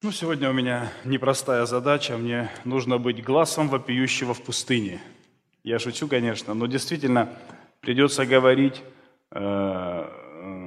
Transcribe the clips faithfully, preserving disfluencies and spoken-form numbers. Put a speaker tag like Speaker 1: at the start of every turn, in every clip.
Speaker 1: Ну, сегодня у меня непростая задача. Мне нужно быть гласом вопиющего в пустыне. Я шучу, конечно, но действительно придется говорить э, э,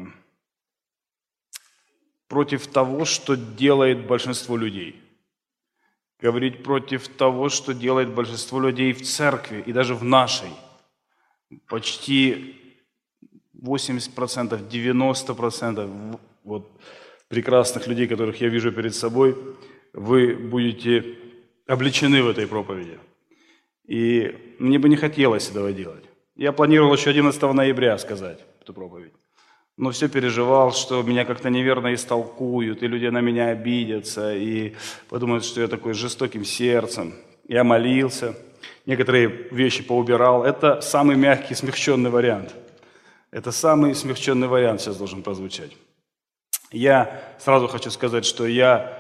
Speaker 1: против того, что делает большинство людей. Говорить против того, что делает большинство людей в церкви и даже в нашей. Почти восемьдесят процентов, девяносто процентов вот, прекрасных людей, которых я вижу перед собой, вы будете облечены в этой проповеди. И мне бы не хотелось этого делать. Я планировал еще одиннадцатого ноября сказать эту проповедь. Но все переживал, что меня как-то неверно истолкуют, и люди на меня обидятся, и подумают, что я такой с жестоким сердцем. Я молился, некоторые вещи поубирал. Это самый мягкий, смягченный вариант. Это самый смягченный вариант сейчас должен прозвучать. Я сразу хочу сказать, что я,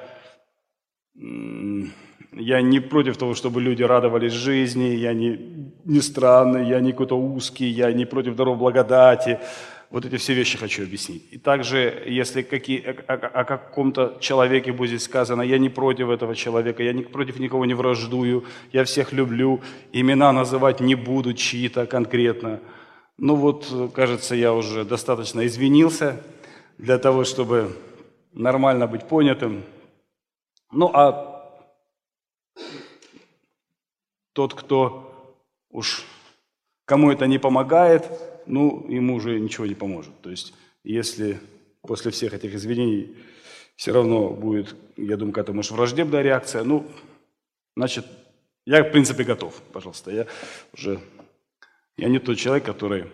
Speaker 1: я не против того, чтобы люди радовались жизни, я не, не странный, я не какой-то узкий, я не против даров благодати. Вот эти все вещи хочу объяснить. И также, если какие, о, о, о каком-то человеке будет сказано, я не против этого человека, я не, против никого не враждую, я всех люблю, имена называть не буду чьи-то конкретно. Ну вот, кажется, я уже достаточно извинился для того, чтобы нормально быть понятым. Ну а тот, кто уж кому это не помогает, ну, ему уже ничего не поможет. То есть, если после всех этих извинений все равно будет, я думаю, какая-то, может, враждебная реакция, ну, значит, я, в принципе, готов, пожалуйста. Я уже, я не тот человек, который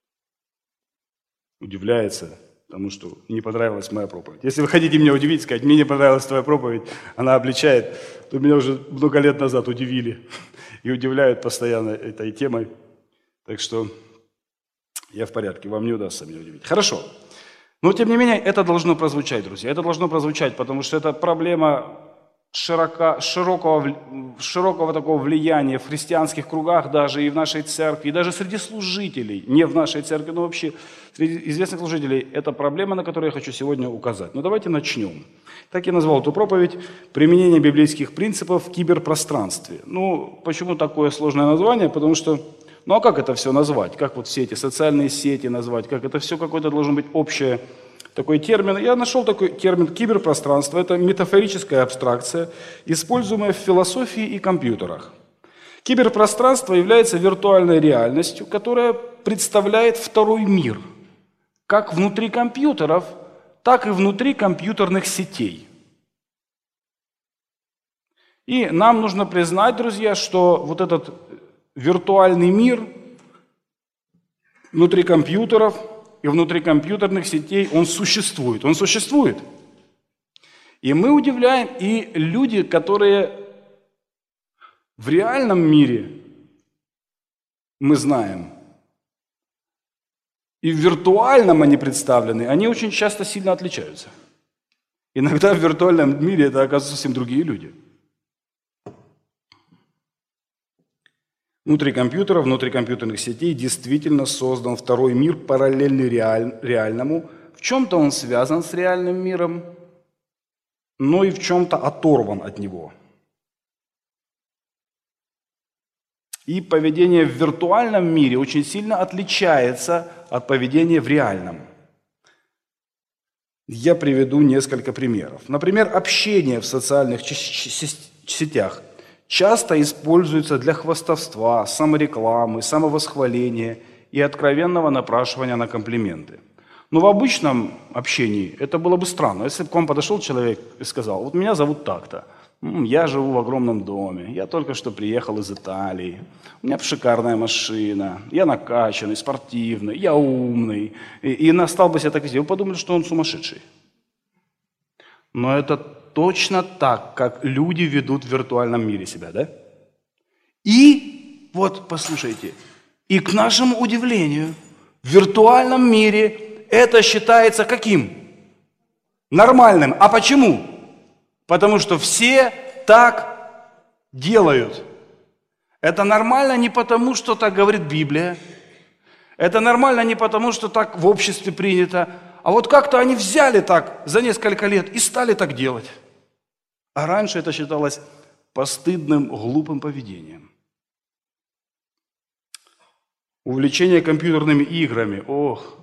Speaker 1: удивляется тому, что не понравилась моя проповедь. Если вы хотите меня удивить, сказать, мне не понравилась твоя проповедь, она обличает, то меня уже много лет назад удивили и удивляют постоянно этой темой. Так что я в порядке, вам не удастся меня удивить. Хорошо. Но, тем не менее, это должно прозвучать, друзья. Это должно прозвучать, потому что это проблема широко, широкого, широкого такого влияния в христианских кругах, даже и в нашей церкви, и даже среди служителей, не в нашей церкви, но вообще среди известных служителей. Это проблема, на которую я хочу сегодня указать. Но давайте начнем. Так я назвал эту проповедь «Применение библейских принципов в киберпространстве». Ну, почему такое сложное название? Потому что ну а как это все назвать? Как вот все эти социальные сети назвать? Как это все какой-то должен быть общий такой термин? Я нашел такой термин киберпространство. Это метафорическая абстракция, используемая в философии и компьютерах. Киберпространство является виртуальной реальностью, которая представляет второй мир, как внутри компьютеров, так и внутри компьютерных сетей. И нам нужно признать, друзья, что вот этот виртуальный мир внутри компьютеров и внутри компьютерных сетей, он существует. Он существует. И мы удивляем, и люди, которые в реальном мире, мы знаем, и в виртуальном они представлены, они очень часто сильно отличаются. Иногда в виртуальном мире это оказываются совсем другие люди. Внутри компьютера, внутри компьютерных сетей действительно создан второй мир, параллельный реаль, реальному. В чем-то он связан с реальным миром, но и в чем-то оторван от него. И поведение в виртуальном мире очень сильно отличается от поведения в реальном. Я приведу несколько примеров. Например, общение в социальных сетях часто используется для хвастовства, саморекламы, самовосхваления и откровенного напрашивания на комплименты. Но в обычном общении это было бы странно. Если бы к вам подошел человек и сказал, вот меня зовут так-то, я живу в огромном доме, я только что приехал из Италии, у меня шикарная машина, я накачанный, спортивный, я умный, и, и настал бы себя так вести, вы подумали, что он сумасшедший. Но это точно так, как люди ведут в виртуальном мире себя, да? И, вот, послушайте, и к нашему удивлению, в виртуальном мире это считается каким? Нормальным. А почему? Потому что все так делают. Это нормально не потому, что так говорит Библия. Это нормально не потому, что так в обществе принято. А вот как-то они взяли так за несколько лет и стали так делать. А раньше это считалось постыдным, глупым поведением. Увлечение компьютерными играми. Ох,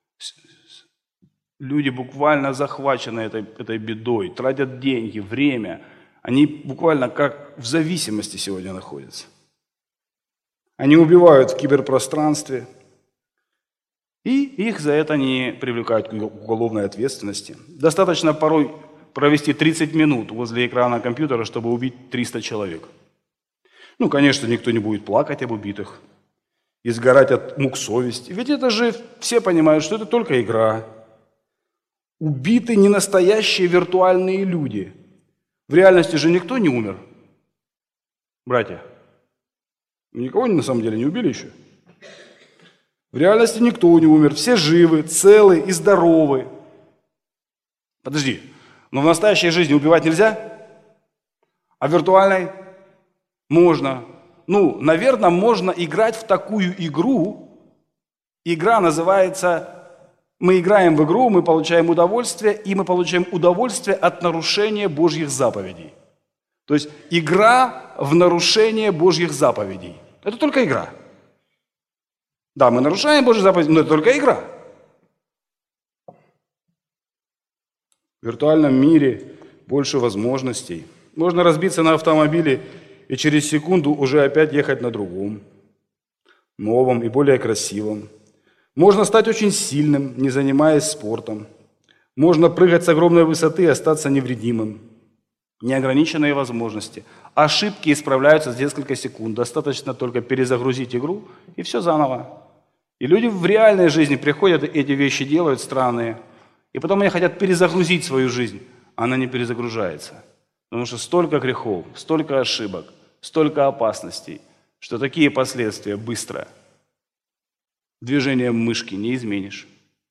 Speaker 1: люди буквально захвачены этой, этой бедой, тратят деньги, время. Они буквально как в зависимости сегодня находятся. Они убивают в киберпространстве, и их за это не привлекают к уголовной ответственности. Достаточно порой провести тридцать минут возле экрана компьютера, чтобы убить триста человек. Ну, конечно, никто не будет плакать об убитых и сгорать от мук совести. Ведь это же все понимают, что это только игра. Убиты не настоящие виртуальные люди. В реальности же никто не умер. Братья, никого на самом деле не убили еще. В реальности никто не умер. Все живы, целы и здоровы. Подожди, но в настоящей жизни убивать нельзя? А в виртуальной можно. Ну, наверное, можно играть в такую игру. Игра называется, мы играем в игру, мы получаем удовольствие, и мы получаем удовольствие от нарушения Божьих заповедей. То есть игра в нарушение Божьих заповедей. Это только игра. Да, мы нарушаем Божьи заповеди, но это только игра. В виртуальном мире больше возможностей. Можно разбиться на автомобиле и через секунду уже опять ехать на другом, новом и более красивом. Можно стать очень сильным, не занимаясь спортом. Можно прыгать с огромной высоты и остаться невредимым. Неограниченные возможности. Ошибки исправляются за несколько секунд. Достаточно только перезагрузить игру, и все заново. И люди в реальной жизни приходят, эти вещи делают странные, и потом они хотят перезагрузить свою жизнь. Она не перезагружается. Потому что столько грехов, столько ошибок, столько опасностей, что такие последствия быстро движением мышки не изменишь.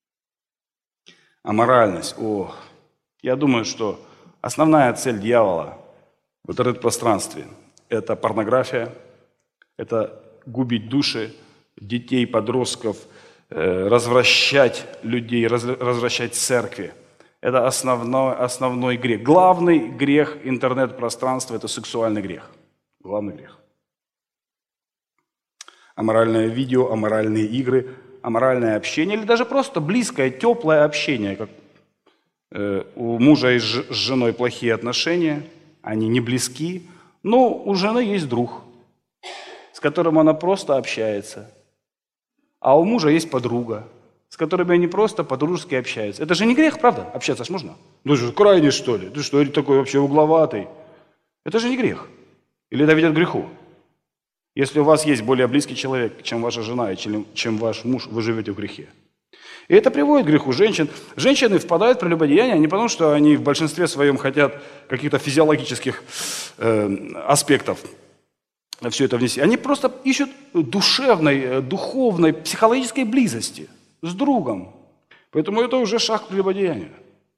Speaker 1: А моральность, ох, я думаю, что основная цель дьявола в интернет-пространстве – это порнография, это губить души детей, подростков, э, развращать людей, раз, развращать церкви. Это основной, основной грех. Главный грех интернет-пространства – это сексуальный грех. Главный грех. Аморальное видео, аморальные игры, аморальное общение или даже просто близкое, теплое общение, как э, у мужа и с женой плохие отношения, они не близки, но у жены есть друг, с которым она просто общается, а у мужа есть подруга, с которыми они просто по-дружески общаются. Это же не грех, правда? Общаться ж можно? Ну что, крайний, что ли? Ты что, такой вообще угловатый? Это же не грех. Или это ведет к греху? Если у вас есть более близкий человек, чем ваша жена и чем, чем ваш муж, вы живете в грехе. И это приводит к греху женщин. Женщины впадают в прелюбодеяние не потому, что они в большинстве своем хотят каких-то физиологических э, аспектов все это внести. Они просто ищут душевной, духовной, психологической близости с другом. Поэтому это уже шаг к прелюбодеянию.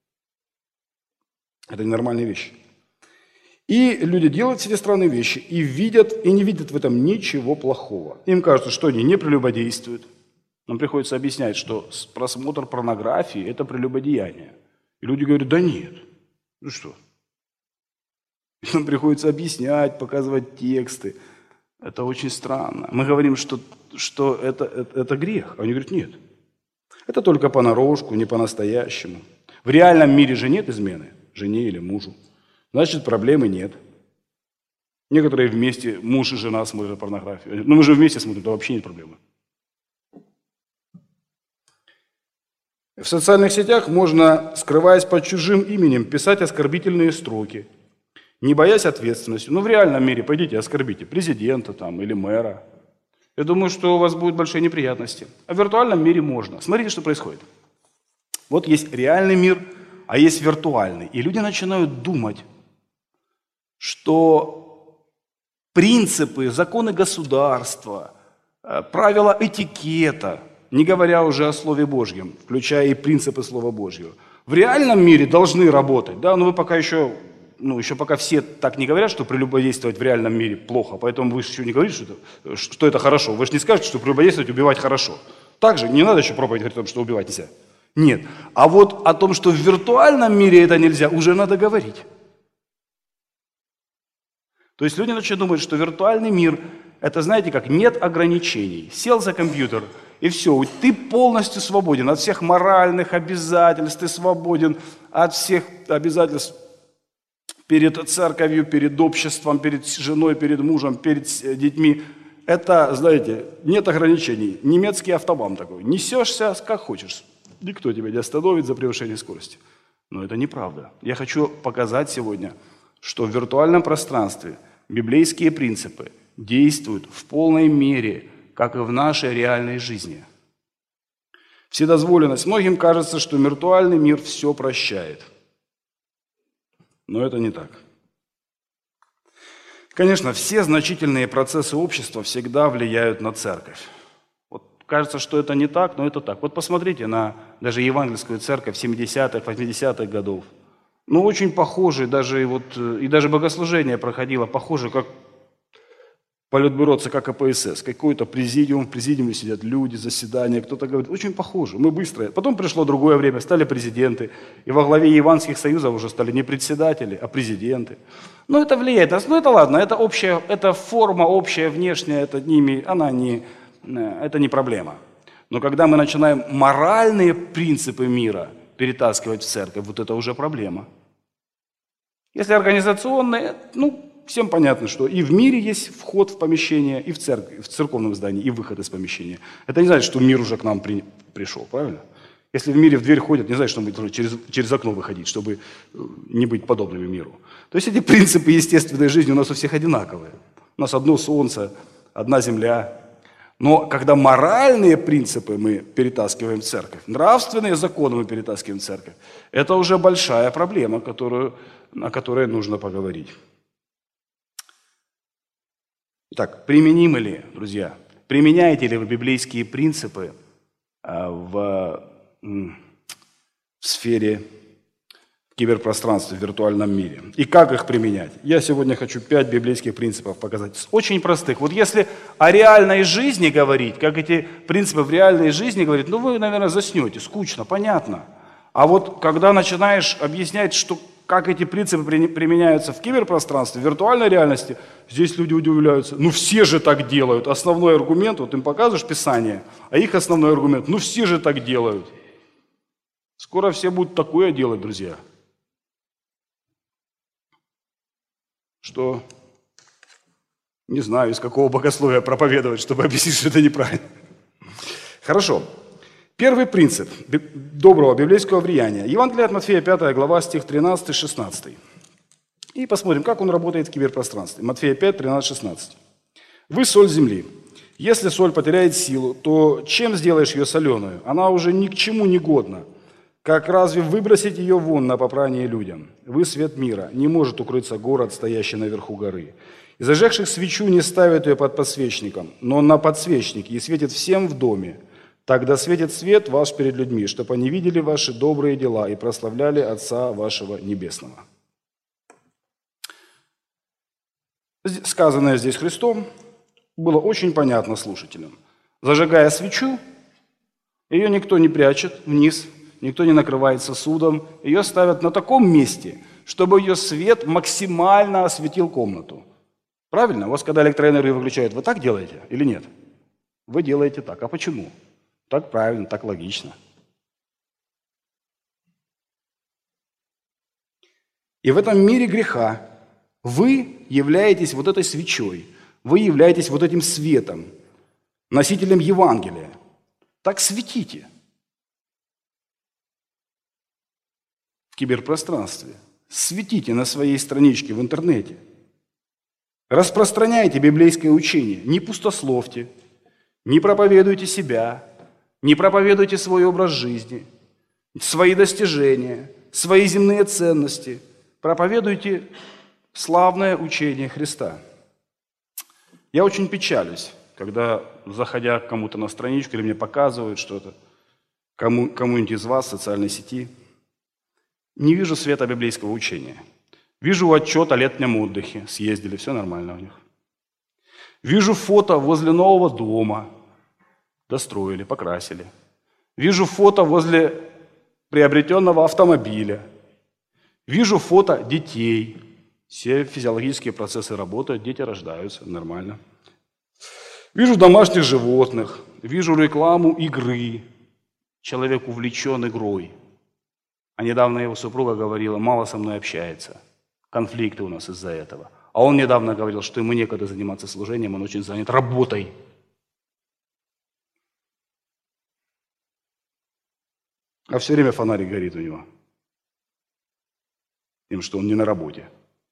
Speaker 1: Это ненормальные вещи. И люди делают все эти странные вещи и видят, и не видят в этом ничего плохого. Им кажется, что они не прелюбодействуют. Нам приходится объяснять, что просмотр порнографии – это прелюбодеяние. И люди говорят, да нет. Ну что? И нам приходится объяснять, показывать тексты. Это очень странно. Мы говорим, что, что это, это, это грех. А они говорят, нет. Это только понарошку, не по-настоящему. В реальном мире же нет измены жене или мужу. Значит, проблемы нет. Некоторые вместе, муж и жена смотрят порнографию. Но мы же вместе смотрим, то вообще нет проблемы. В социальных сетях можно, скрываясь под чужим именем, писать оскорбительные строки, не боясь ответственности. Но в реальном мире пойдите оскорбите президента там, или мэра. Я думаю, что у вас будут большие неприятности. А в виртуальном мире можно. Смотрите, что происходит. Вот есть реальный мир, а есть виртуальный. И люди начинают думать, что принципы, законы государства, правила этикета, не говоря уже о Слове Божьем, включая и принципы Слова Божьего, в реальном мире должны работать. Да? Но вы пока еще, ну, еще пока все так не говорят, что прелюбодействовать в реальном мире плохо, поэтому вы еще не говорите, что это, что это хорошо. Вы же не скажете, что прелюбодействовать, убивать хорошо. Также не надо еще проповедь говорить о том, что убивать нельзя. Нет. А вот о том, что в виртуальном мире это нельзя, уже надо говорить. То есть люди начинают думать, что виртуальный мир – это, знаете как, нет ограничений. Сел за компьютер, и все, ты полностью свободен от всех моральных обязательств, ты свободен от всех обязательств перед церковью, перед обществом, перед женой, перед мужем, перед детьми. Это, знаете, нет ограничений. Немецкий автобан такой. Несешься как хочешь. Никто тебя не остановит за превышение скорости. Но это неправда. Я хочу показать сегодня, что в виртуальном пространстве библейские принципы действуют в полной мере, как и в нашей реальной жизни. Вседозволенность. Многим кажется, что виртуальный мир все прощает. Но это не так. Конечно, все значительные процессы общества всегда влияют на церковь. Вот кажется, что это не так, но это так. Вот посмотрите на даже евангельскую церковь семидесятых, восьмидесятых годов. Ну, очень похожие, даже и, вот, и даже богослужение проходило похоже, как Политбюро ЦК КПСС, какой-то президиум, в президиуме сидят люди, заседания, кто-то говорит, очень похоже, мы быстро. Потом пришло другое время, стали президенты, и во главе Иванских союзов уже стали не председатели, а президенты. Ну, это влияет, ну, это ладно, это общая, это форма общая, внешняя, это не, она не, это не проблема. Но когда мы начинаем моральные принципы мира перетаскивать в церковь, вот это уже проблема. Если организационные, ну, всем понятно, что и в мире есть вход в помещение, и в, церкви, в церковном здании, и выход из помещения. Это не значит, что мир уже к нам при, пришел, правильно? Если в мире в дверь ходят, не значит, что мы должны через, через окно выходить, чтобы не быть подобными миру. То есть эти принципы естественной жизни у нас у всех одинаковые. У нас одно солнце, одна земля. Но когда моральные принципы мы перетаскиваем в церковь, нравственные законы мы перетаскиваем в церковь, это уже большая проблема, которую, о которой нужно поговорить. Итак, применимы ли, друзья, применяете ли вы библейские принципы в, в сфере киберпространства, в виртуальном мире? И как их применять? Я сегодня хочу пять библейских принципов показать. Очень простых. Вот если о реальной жизни говорить, как эти принципы в реальной жизни говорить, ну вы, наверное, заснете, скучно, понятно. А вот когда начинаешь объяснять, что как эти принципы применяются в киберпространстве, в виртуальной реальности, здесь люди удивляются. Ну все же так делают. Основной аргумент, вот им показываешь Писание, а их основной аргумент, ну все же так делают. Скоро все будут такое делать, друзья. Что, не знаю, из какого богословия проповедовать, чтобы объяснить, что это неправильно. Хорошо. Первый принцип доброго библейского влияния. Евангелие от Матфея, пятая глава, стих тринадцатый-шестнадцатый. И посмотрим, как он работает в киберпространстве. Матфея пять, тринадцать-шестнадцать. «Вы соль земли. Если соль потеряет силу, то чем сделаешь ее соленую? Она уже ни к чему не годна. Как разве выбросить ее вон на попрание людям? Вы свет мира. Не может укрыться город, стоящий наверху горы. И зажегших свечу не ставят ее под подсвечником, но на подсвечнике, и светит всем в доме. Тогда светит свет ваш перед людьми, чтобы они видели ваши добрые дела и прославляли Отца вашего Небесного». Сказанное здесь Христом было очень понятно слушателям. Зажигая свечу, ее никто не прячет вниз, никто не накрывает сосудом, ее ставят на таком месте, чтобы ее свет максимально осветил комнату. Правильно? У вас, когда электроэнергию выключают, вы так делаете или нет? Вы делаете так. А почему? Так правильно, так логично. И в этом мире греха вы являетесь вот этой свечой, вы являетесь вот этим светом, носителем Евангелия. Так светите в киберпространстве, светите на своей страничке в интернете, распространяйте библейское учение, не пустословьте, не проповедуйте себя, не проповедуйте свой образ жизни, свои достижения, свои земные ценности. Проповедуйте славное учение Христа. Я очень печалюсь, когда, заходя к кому-то на страничку или мне показывают что-то, кому, кому-нибудь из вас в социальной сети, не вижу света библейского учения. Вижу отчет о летнем отдыхе, съездили, все нормально у них. Вижу фото возле нового дома, достроили, покрасили. Вижу фото возле приобретенного автомобиля. Вижу фото детей Все физиологические процессы работают, дети рождаются, нормально. Вижу домашних животных, вижу рекламу игры. Человек увлечен игрой. А недавно его супруга говорила, мало со мной общается. Конфликты у нас из-за этого. А он недавно говорил, что ему некогда заниматься служением, он очень занят работой. А все время фонарик горит у него. Тем, что он не на работе.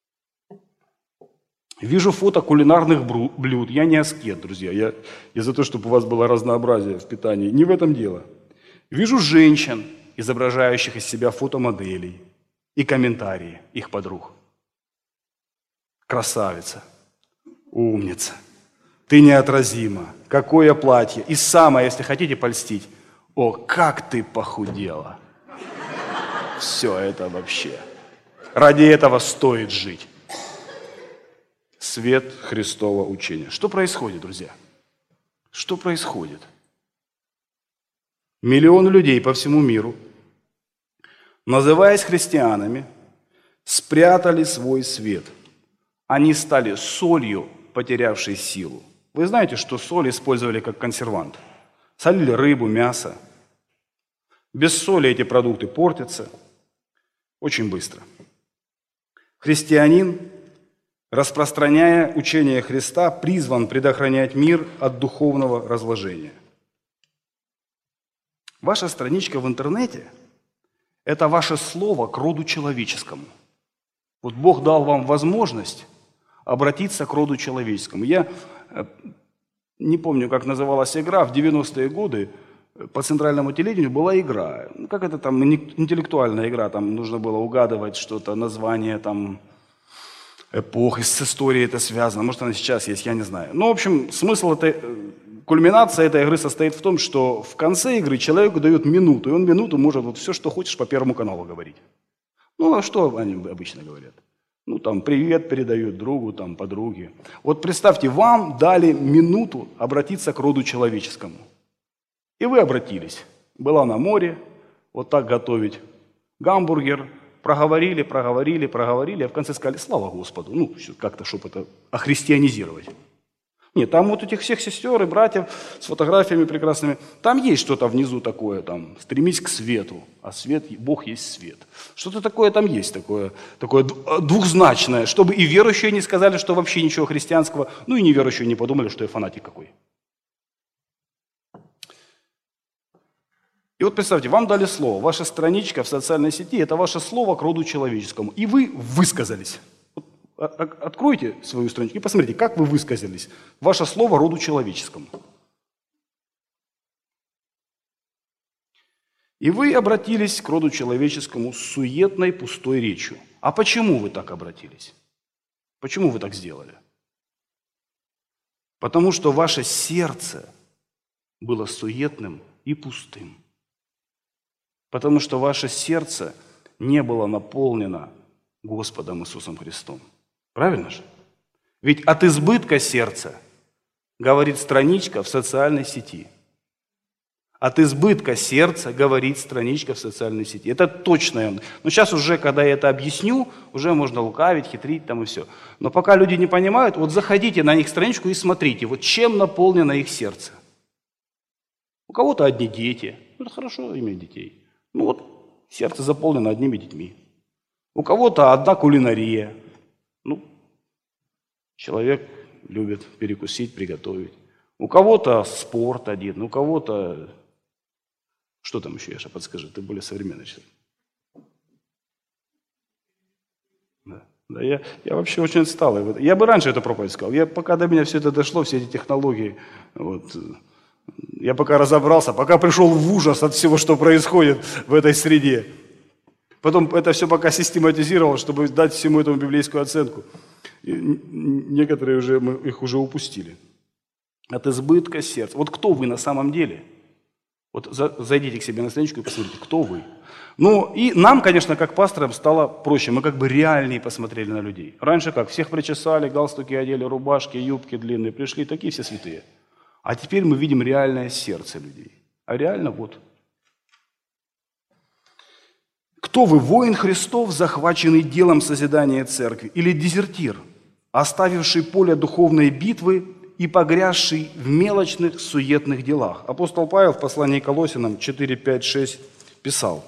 Speaker 1: Вижу фото кулинарных блюд. Я не аскет, друзья. Я, я за то, чтобы у вас было разнообразие в питании. Не в этом дело. Вижу женщин, изображающих из себя фотомоделей, и комментарии их подруг. Красавица, умница, ты неотразима, какое платье. И самое, если хотите польстить, о, как ты похудела. Все это вообще. Ради этого стоит жить. Свет Христова учения. Что происходит, друзья? Что происходит? Миллионы людей по всему миру, называясь христианами, спрятали свой свет. Они стали солью, потерявшей силу. Вы знаете, что соль использовали как консервант? Солили рыбу, мясо. Без соли эти продукты портятся очень быстро. Христианин, распространяя учение Христа, призван предохранять мир от духовного разложения. Ваша страничка в интернете – это ваше слово к роду человеческому. Вот Бог дал вам возможность обратиться к роду человеческому. Я не помню, как называлась игра, в девяностые годы по центральному телевидению была игра. Ну, как это там, интеллектуальная игра, там нужно было угадывать что-то, название там эпох, с историей это связано, может она сейчас есть, я не знаю. Ну, в общем, смысл этой, кульминация этой игры состоит в том, что в конце игры человеку дают минуту, и он минуту может вот все, что хочешь, по Первому каналу говорить. Ну, а что они обычно говорят? Ну, там, привет передают другу, там, подруге. Вот представьте, вам дали минуту обратиться к роду человеческому. И вы обратились. Была на море, вот так готовить гамбургер, проговорили, проговорили, проговорили, а в конце сказали, слава Господу. Ну, как-то, чтобы это охристианизировать. Нет, там вот этих всех сестер и братьев с фотографиями прекрасными, там есть что-то внизу такое, там, стремись к свету, а свет, Бог есть свет. Что-то такое там есть, такое, такое двухзначное, чтобы и верующие не сказали, что вообще ничего христианского, ну и неверующие не подумали, что я фанатик какой. И вот представьте, вам дали слово, ваша страничка в социальной сети – это ваше слово к роду человеческому, и вы высказались. Откройте свою страничку и посмотрите, как вы высказались. Ваше слово роду человеческому. И вы обратились к роду человеческому с суетной, пустой речью. А почему вы так обратились? Почему вы так сделали? Потому что ваше сердце было суетным и пустым. Потому что ваше сердце не было наполнено Господом Иисусом Христом. Правильно же? Ведь от избытка сердца, говорит страничка в социальной сети. От избытка сердца говорит страничка в социальной сети. Это точно. Но сейчас уже, когда я это объясню, уже можно лукавить, хитрить там и все. Но пока люди не понимают, вот заходите на их страничку и смотрите, вот чем наполнено их сердце. У кого-то одни дети. Это хорошо иметь детей. Ну вот, сердце заполнено одними детьми. У кого-то одна кулинария. Ну, человек любит перекусить, приготовить. У кого-то спорт один, у кого-то... Что там еще, Яша, подскажи, ты более современный человек. Да, да я, я вообще очень отсталый. Я бы раньше эту проповедь сказал. Я, пока до меня все это дошло, все эти технологии, вот, я пока разобрался, пока пришел в ужас от всего, что происходит в этой среде. Потом это все пока систематизировал, чтобы дать всему этому библейскую оценку. И некоторые уже, мы их уже упустили. От избытка сердца. Вот кто вы на самом деле? Вот зайдите к себе на страничку и посмотрите, кто вы. Ну и нам, конечно, как пасторам стало проще. Мы как бы реальнее посмотрели на людей. Раньше как? Всех причесали, галстуки одели, рубашки, юбки длинные. Пришли, такие все святые. А теперь мы видим реальное сердце людей. А реально вот. Кто вы, воин Христов, захваченный делом созидания церкви, или дезертир, оставивший поле духовной битвы и погрязший в мелочных суетных делах? Апостол Павел в послании к Колоссянам четыре, пять, шесть писал.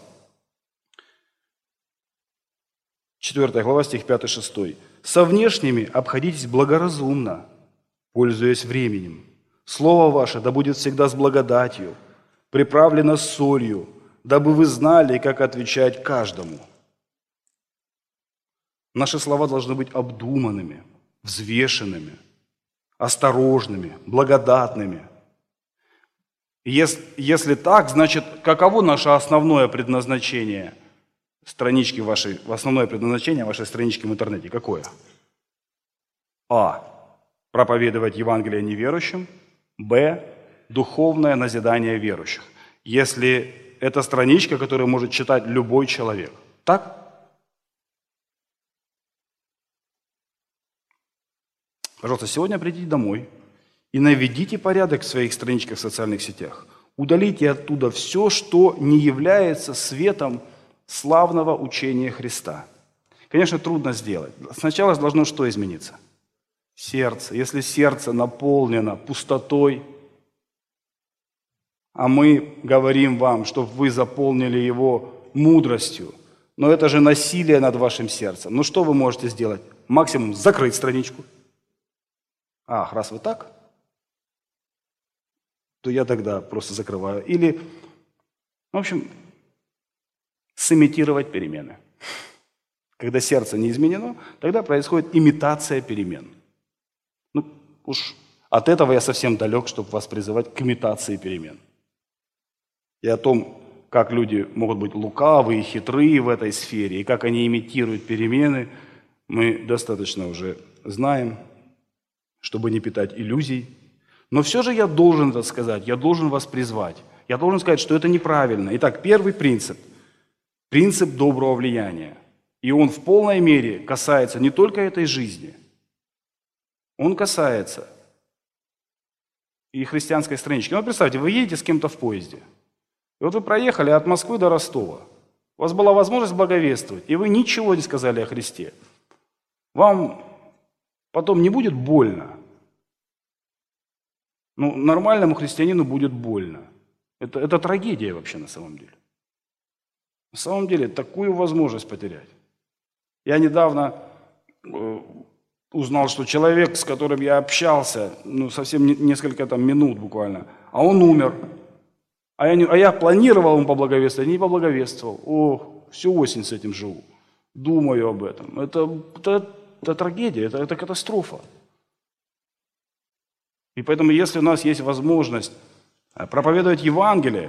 Speaker 1: четвёртая глава, стих пятый, шестой. «Со внешними обходитесь благоразумно, пользуясь временем. Слово ваше да будет всегда с благодатью, приправлено солью, дабы вы знали, как отвечать каждому». Наши слова должны быть обдуманными, взвешенными, осторожными, благодатными. Если, если так, значит, каково наше основное предназначение странички вашей, основное предназначение вашей странички в интернете? Какое? А. Проповедовать Евангелие неверующим. Б. Духовное назидание верующих. Если это страничка, которую может читать любой человек. Так? Пожалуйста, сегодня придите домой и наведите порядок в своих страничках в социальных сетях. Удалите оттуда все, что не является светом славного учения Христа. Конечно, трудно сделать. Сначала должно что измениться? Сердце. Если сердце наполнено пустотой, а мы говорим вам, чтобы вы заполнили его мудростью, но это же насилие над вашим сердцем. Ну что вы можете сделать? Максимум закрыть страничку. Ах, раз вы так, то я тогда просто закрываю. Или, в общем, сымитировать перемены. Когда сердце не изменено, тогда происходит имитация перемен. Ну, уж от этого я совсем далек, чтобы вас призывать к имитации перемен. И о том, как люди могут быть лукавы и хитрые в этой сфере, и как они имитируют перемены, мы достаточно уже знаем, чтобы не питать иллюзий. Но все же я должен это сказать, я должен вас призвать. Я должен сказать, что это неправильно. Итак, первый принцип. Принцип доброго влияния. И он в полной мере касается не только этой жизни. Он касается и христианской странички. Ну, представьте, вы едете с кем-то в поезде. И вот вы проехали от Москвы до Ростова. У вас была возможность благовествовать, и вы ничего не сказали о Христе. Вам потом не будет больно? Ну, нормальному христианину будет больно. Это, это трагедия вообще на самом деле. На самом деле, такую возможность потерять. Я недавно э, узнал, что человек, с которым я общался, ну, совсем не, несколько там минут буквально, а он умер. А я, не, а я планировал ему поблаговествовать, не поблаговествовал. О, всю осень с этим живу. Думаю об этом. Это, это, это трагедия, это, это катастрофа. И поэтому, если у нас есть возможность проповедовать Евангелие,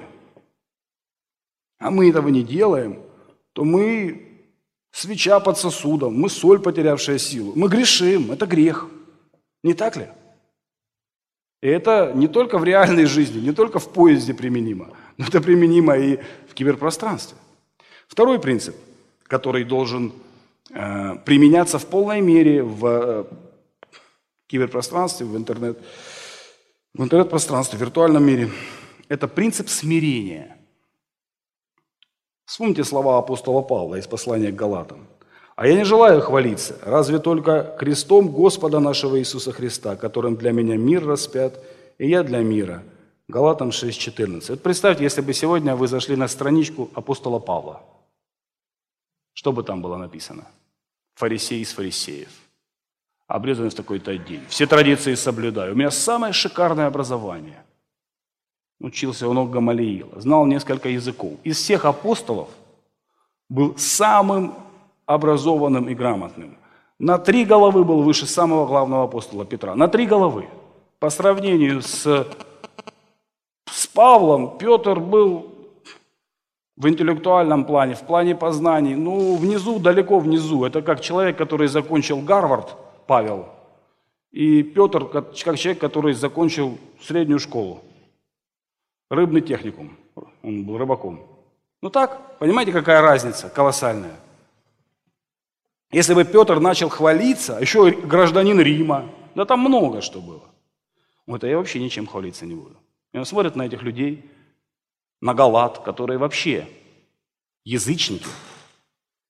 Speaker 1: а мы этого не делаем, то мы свеча под сосудом, мы соль, потерявшая силу. Мы грешим, это грех. Не так ли? И это не только в реальной жизни, не только в поезде применимо, но это применимо и в киберпространстве. Второй принцип, который должен э, применяться в полной мере в э, киберпространстве, в интернет, в интернет-пространстве, в виртуальном мире, это принцип смирения. Вспомните слова апостола Павла из послания к Галатам. «А я не желаю хвалиться, разве только крестом Господа нашего Иисуса Христа, которым для меня мир распят, и я для мира». Галатам шесть четырнадцать. Вот представьте, если бы сегодня вы зашли на страничку апостола Павла. Что бы там было написано? Фарисей из фарисеев. Обрезанный в такой-то день. Все традиции соблюдаю. У меня самое шикарное образование. Учился у ног Гамалиила, знал несколько языков. Из всех апостолов был самым образованным и грамотным. На три головы был выше самого главного апостола Петра. На три головы. По сравнению с, с Павлом, Петр был в интеллектуальном плане, в плане познаний, ну, внизу, далеко внизу. Это как человек, который закончил Гарвард, Павел, и Петр, как, как человек, который закончил среднюю школу. Рыбный техникум. Он был рыбаком. Ну так, понимаете, какая разница колоссальная? Если бы Петр начал хвалиться, еще и гражданин Рима, да там много что было. Вот, а я вообще ничем хвалиться не буду. И он смотрит на этих людей, на галат, которые вообще язычники,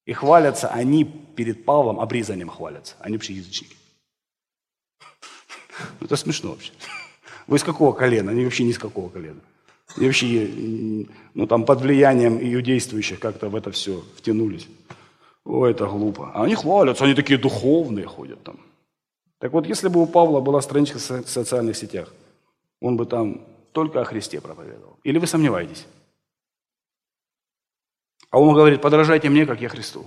Speaker 1: И хвалятся они перед Павлом, обрезанием хвалятся. Они вообще язычники. Ну, это смешно вообще. Вы из какого колена? Они вообще не из какого колена. И вообще, ну, там, под влиянием иудействующих как-то в это все втянулись. Ой, это глупо. А они хвалятся, они такие духовные ходят там. Так вот, если бы у Павла была страничка в социальных сетях, он бы там только о Христе проповедовал. Или вы сомневаетесь? А он говорит, подражайте мне, как я Христу.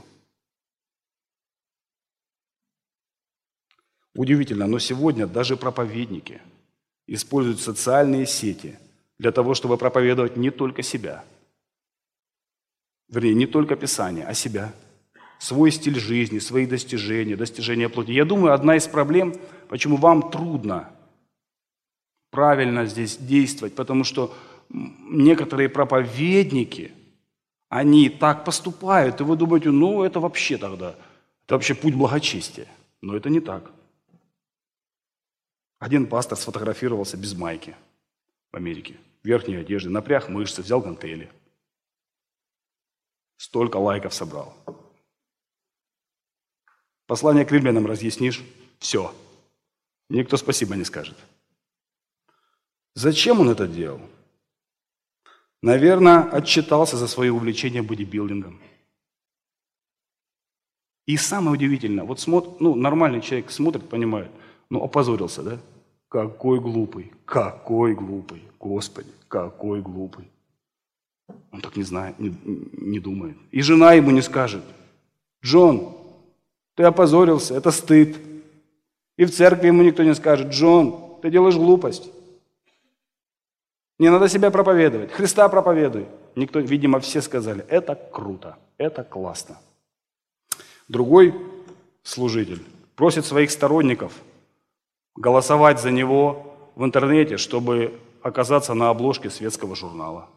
Speaker 1: Удивительно, но сегодня даже проповедники используют социальные сети для того, чтобы проповедовать не только себя. Вернее, не только Писание, а себя. Свой стиль жизни, свои достижения, достижения плоти. Я думаю, одна из проблем, почему вам трудно правильно здесь действовать, потому что некоторые проповедники, они так поступают, и вы думаете, ну это вообще тогда, это вообще путь благочестия. Но это не так. Один пастор сфотографировался без майки в Америке, в верхней одежде, напряг мышцы, взял гантели. Столько лайков собрал. Послание к римлянам разъяснишь, все. Никто спасибо не скажет. Зачем он это делал? Наверное, отчитался за свое увлечение бодибилдингом. И самое удивительное, вот смотр, ну, нормальный человек смотрит, понимает, ну, опозорился, да? Какой глупый, какой глупый, Господи, какой глупый. Он так не знает, не, не думает. И жена ему не скажет, Джон, ты опозорился, это стыд. И в церкви ему никто не скажет, Джон, ты делаешь глупость. Не надо себя проповедовать, Христа проповедуй. Никто, видимо, все сказали, это круто, это классно. Другой служитель просит своих сторонников голосовать за него в интернете, чтобы оказаться на обложке светского журнала.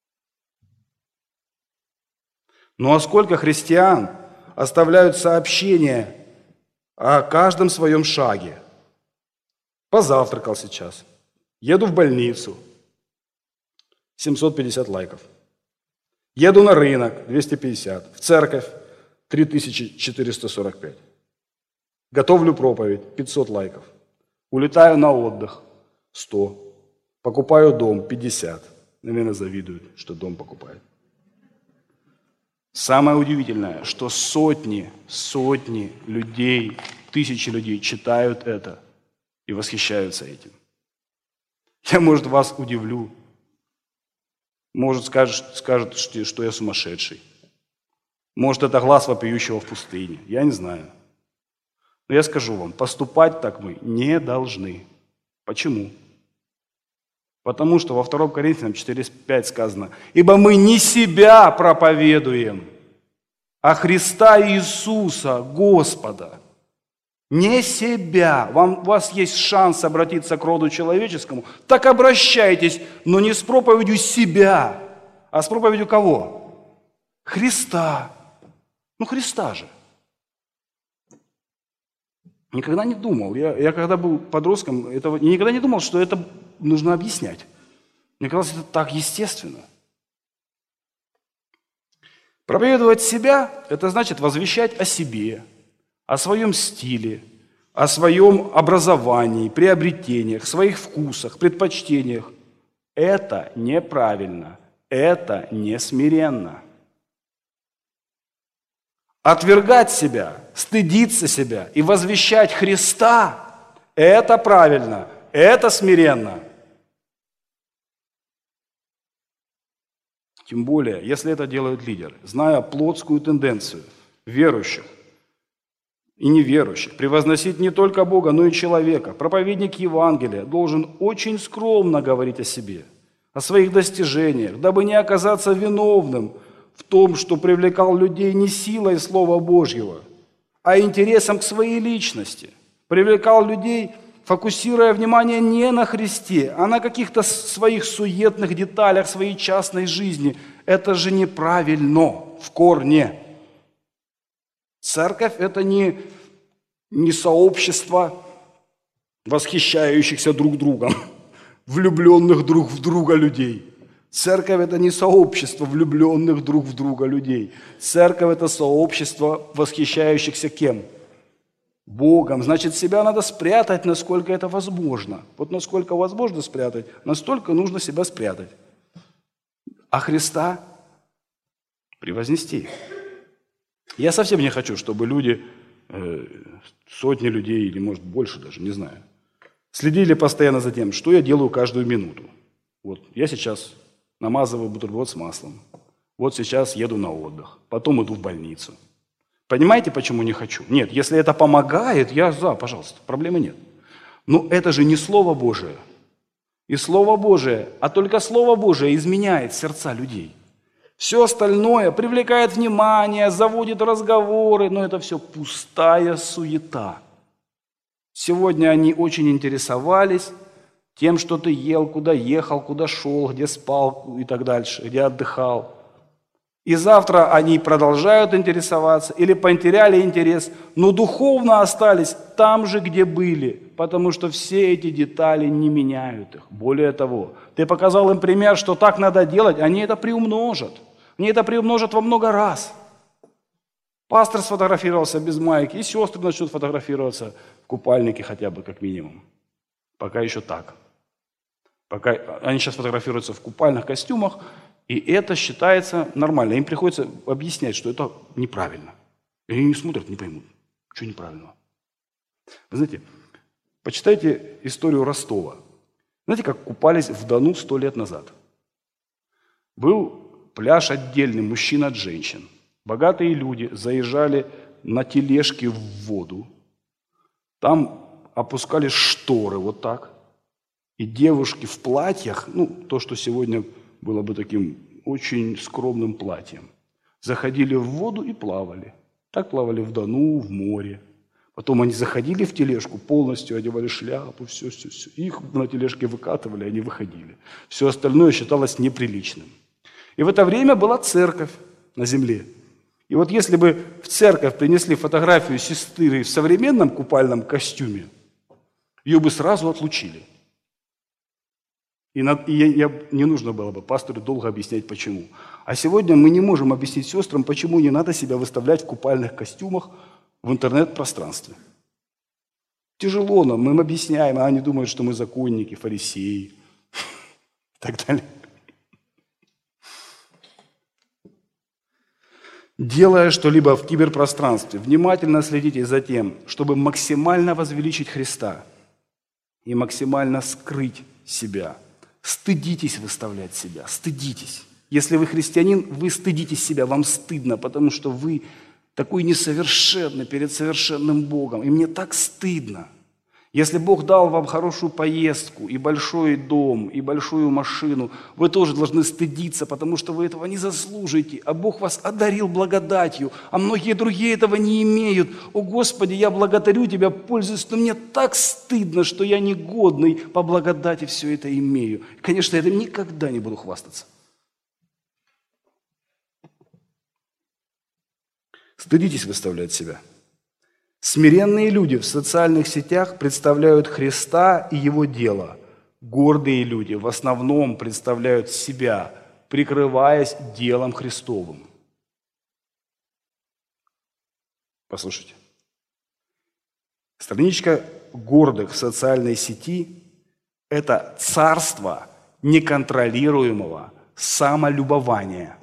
Speaker 1: Ну а сколько христиан оставляют сообщения о каждом своем шаге? Позавтракал сейчас, еду в больницу, семьсот пятьдесят лайков. Еду на рынок, двести пятьдесят. В церковь, три тысячи четыреста сорок пять. Готовлю проповедь, пятьсот лайков. Улетаю на отдых, сто. Покупаю дом, пятьдесят. Наверное, завидуют, что дом покупает. Самое удивительное, что сотни, сотни людей, тысячи людей читают это и восхищаются этим. Я, может, вас удивлю. Может, скажут, скажут, что я сумасшедший. Может, это глаз вопиющего в пустыне. Я не знаю. Но я скажу вам, поступать так мы не должны. Почему? Потому что во втором Коринфянам четыре пять сказано, «Ибо мы не себя проповедуем, а Христа Иисуса, Господа». Не себя. Вам, у вас есть шанс обратиться к роду человеческому, так обращайтесь, но не с проповедью себя, а с проповедью кого? Христа. Ну, Христа же. Никогда не думал. Я, я когда был подростком, этого, я никогда не думал, что это нужно объяснять. Мне казалось, это так естественно. Проповедовать себя – это значит возвещать о себе, о своем стиле, о своем образовании, приобретениях, своих вкусах, предпочтениях. Это неправильно, это не смиренно. Отвергать себя, стыдиться себя и возвещать Христа – это правильно, это смиренно. Тем более, если это делают лидеры, зная плотскую тенденцию верующих и неверующих превозносить не только Бога, но и человека. Проповедник Евангелия должен очень скромно говорить о себе, о своих достижениях, дабы не оказаться виновным в том, что привлекал людей не силой Слова Божьего, а интересом к своей личности. Привлекал людей, фокусируя внимание не на Христе, а на каких-то своих суетных деталях своей частной жизни. Это же неправильно в корне. Церковь – это не, не сообщество восхищающихся друг другом, влюбленных друг в друга людей. Церковь – это не сообщество влюбленных друг в друга людей. Церковь – это сообщество восхищающихся кем? Богом. Значит, себя надо спрятать, насколько это возможно. Вот насколько возможно спрятать, настолько нужно себя спрятать. А Христа превознести. Я совсем не хочу, чтобы люди, э, сотни людей или, может, больше даже, не знаю, следили постоянно за тем, что я делаю каждую минуту. Вот я сейчас намазываю бутерброд с маслом. Вот сейчас еду на отдых. Потом иду в больницу. Понимаете, почему не хочу? Нет, если это помогает, я за, пожалуйста, проблемы нет. Но это же не Слово Божие. И Слово Божие, а только Слово Божие изменяет сердца людей. Все остальное привлекает внимание, заводит разговоры, но это все пустая суета. Сегодня они очень интересовались тем, что ты ел, куда ехал, куда шел, где спал и так дальше, где отдыхал. И завтра они продолжают интересоваться или потеряли интерес, но духовно остались там же, где были, потому что все эти детали не меняют их. Более того, ты показал им пример, что так надо делать, они это приумножат. Они это приумножат во много раз. Пастор сфотографировался без майки, и сестры начнут фотографироваться в купальнике хотя бы, как минимум. Пока еще так. Пока они сейчас фотографируются в купальных костюмах, и это считается нормально. Им приходится объяснять, что это неправильно. И они не смотрят, не поймут, что неправильного. Вы знаете, почитайте историю Ростова. Знаете, как купались в Дону сто лет назад? Был пляж отдельный, мужчин от женщин. Богатые люди заезжали на тележке в воду. Там опускали шторы вот так. И девушки в платьях, ну, то, что сегодня было бы таким очень скромным платьем, заходили в воду и плавали. Так плавали в Дону, в море. Потом они заходили в тележку, полностью одевали шляпу, все, все, все. Их на тележке выкатывали, они выходили. Все остальное считалось неприличным. И в это время была церковь на земле. И вот если бы в церковь принесли фотографию сестры в современном купальном костюме, ее бы сразу отлучили. И, на, и я, я, не нужно было бы пастору долго объяснять, почему. А сегодня мы не можем объяснить сестрам, почему не надо себя выставлять в купальных костюмах в интернет-пространстве. Тяжело нам, мы им объясняем, а они думают, что мы законники, фарисеи и так далее. Делая что-либо в киберпространстве, внимательно следите за тем, чтобы максимально возвеличить Христа и максимально скрыть себя. Стыдитесь выставлять себя, стыдитесь. Если вы христианин, вы стыдитесь себя, вам стыдно, потому что вы такой несовершенный перед совершенным Богом. И мне так стыдно. Если Бог дал вам хорошую поездку, и большой дом, и большую машину, вы тоже должны стыдиться, потому что вы этого не заслужите. А Бог вас одарил благодатью, а многие другие этого не имеют. О Господи, я благодарю Тебя, пользуюсь, но мне так стыдно, что я негодный по благодати все это имею. Конечно, я этим никогда не буду хвастаться. Стыдитесь выставлять себя. Смиренные люди в социальных сетях представляют Христа и Его дело. Гордые люди в основном представляют себя, прикрываясь делом Христовым. Послушайте. Страничка гордых в социальной сети – это царство неконтролируемого самолюбования.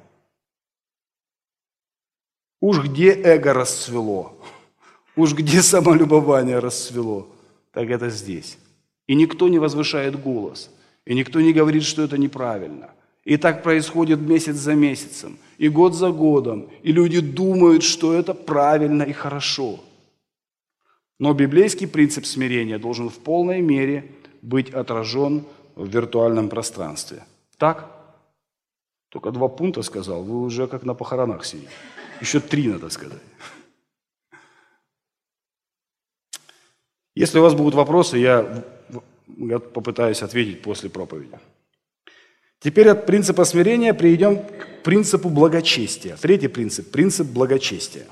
Speaker 1: Уж где эго расцвело, уж где самолюбование расцвело, так это здесь. И никто не возвышает голос, и никто не говорит, что это неправильно. И так происходит месяц за месяцем, и год за годом, и люди думают, что это правильно и хорошо. Но библейский принцип смирения должен в полной мере быть отражен в виртуальном пространстве. Так? Только два пункта сказал, вы уже как на похоронах сидите. Еще три надо сказать. Если у вас будут вопросы, я, я попытаюсь ответить после проповеди. Теперь от принципа смирения перейдем к принципу благочестия. Третий принцип – принцип благочестия.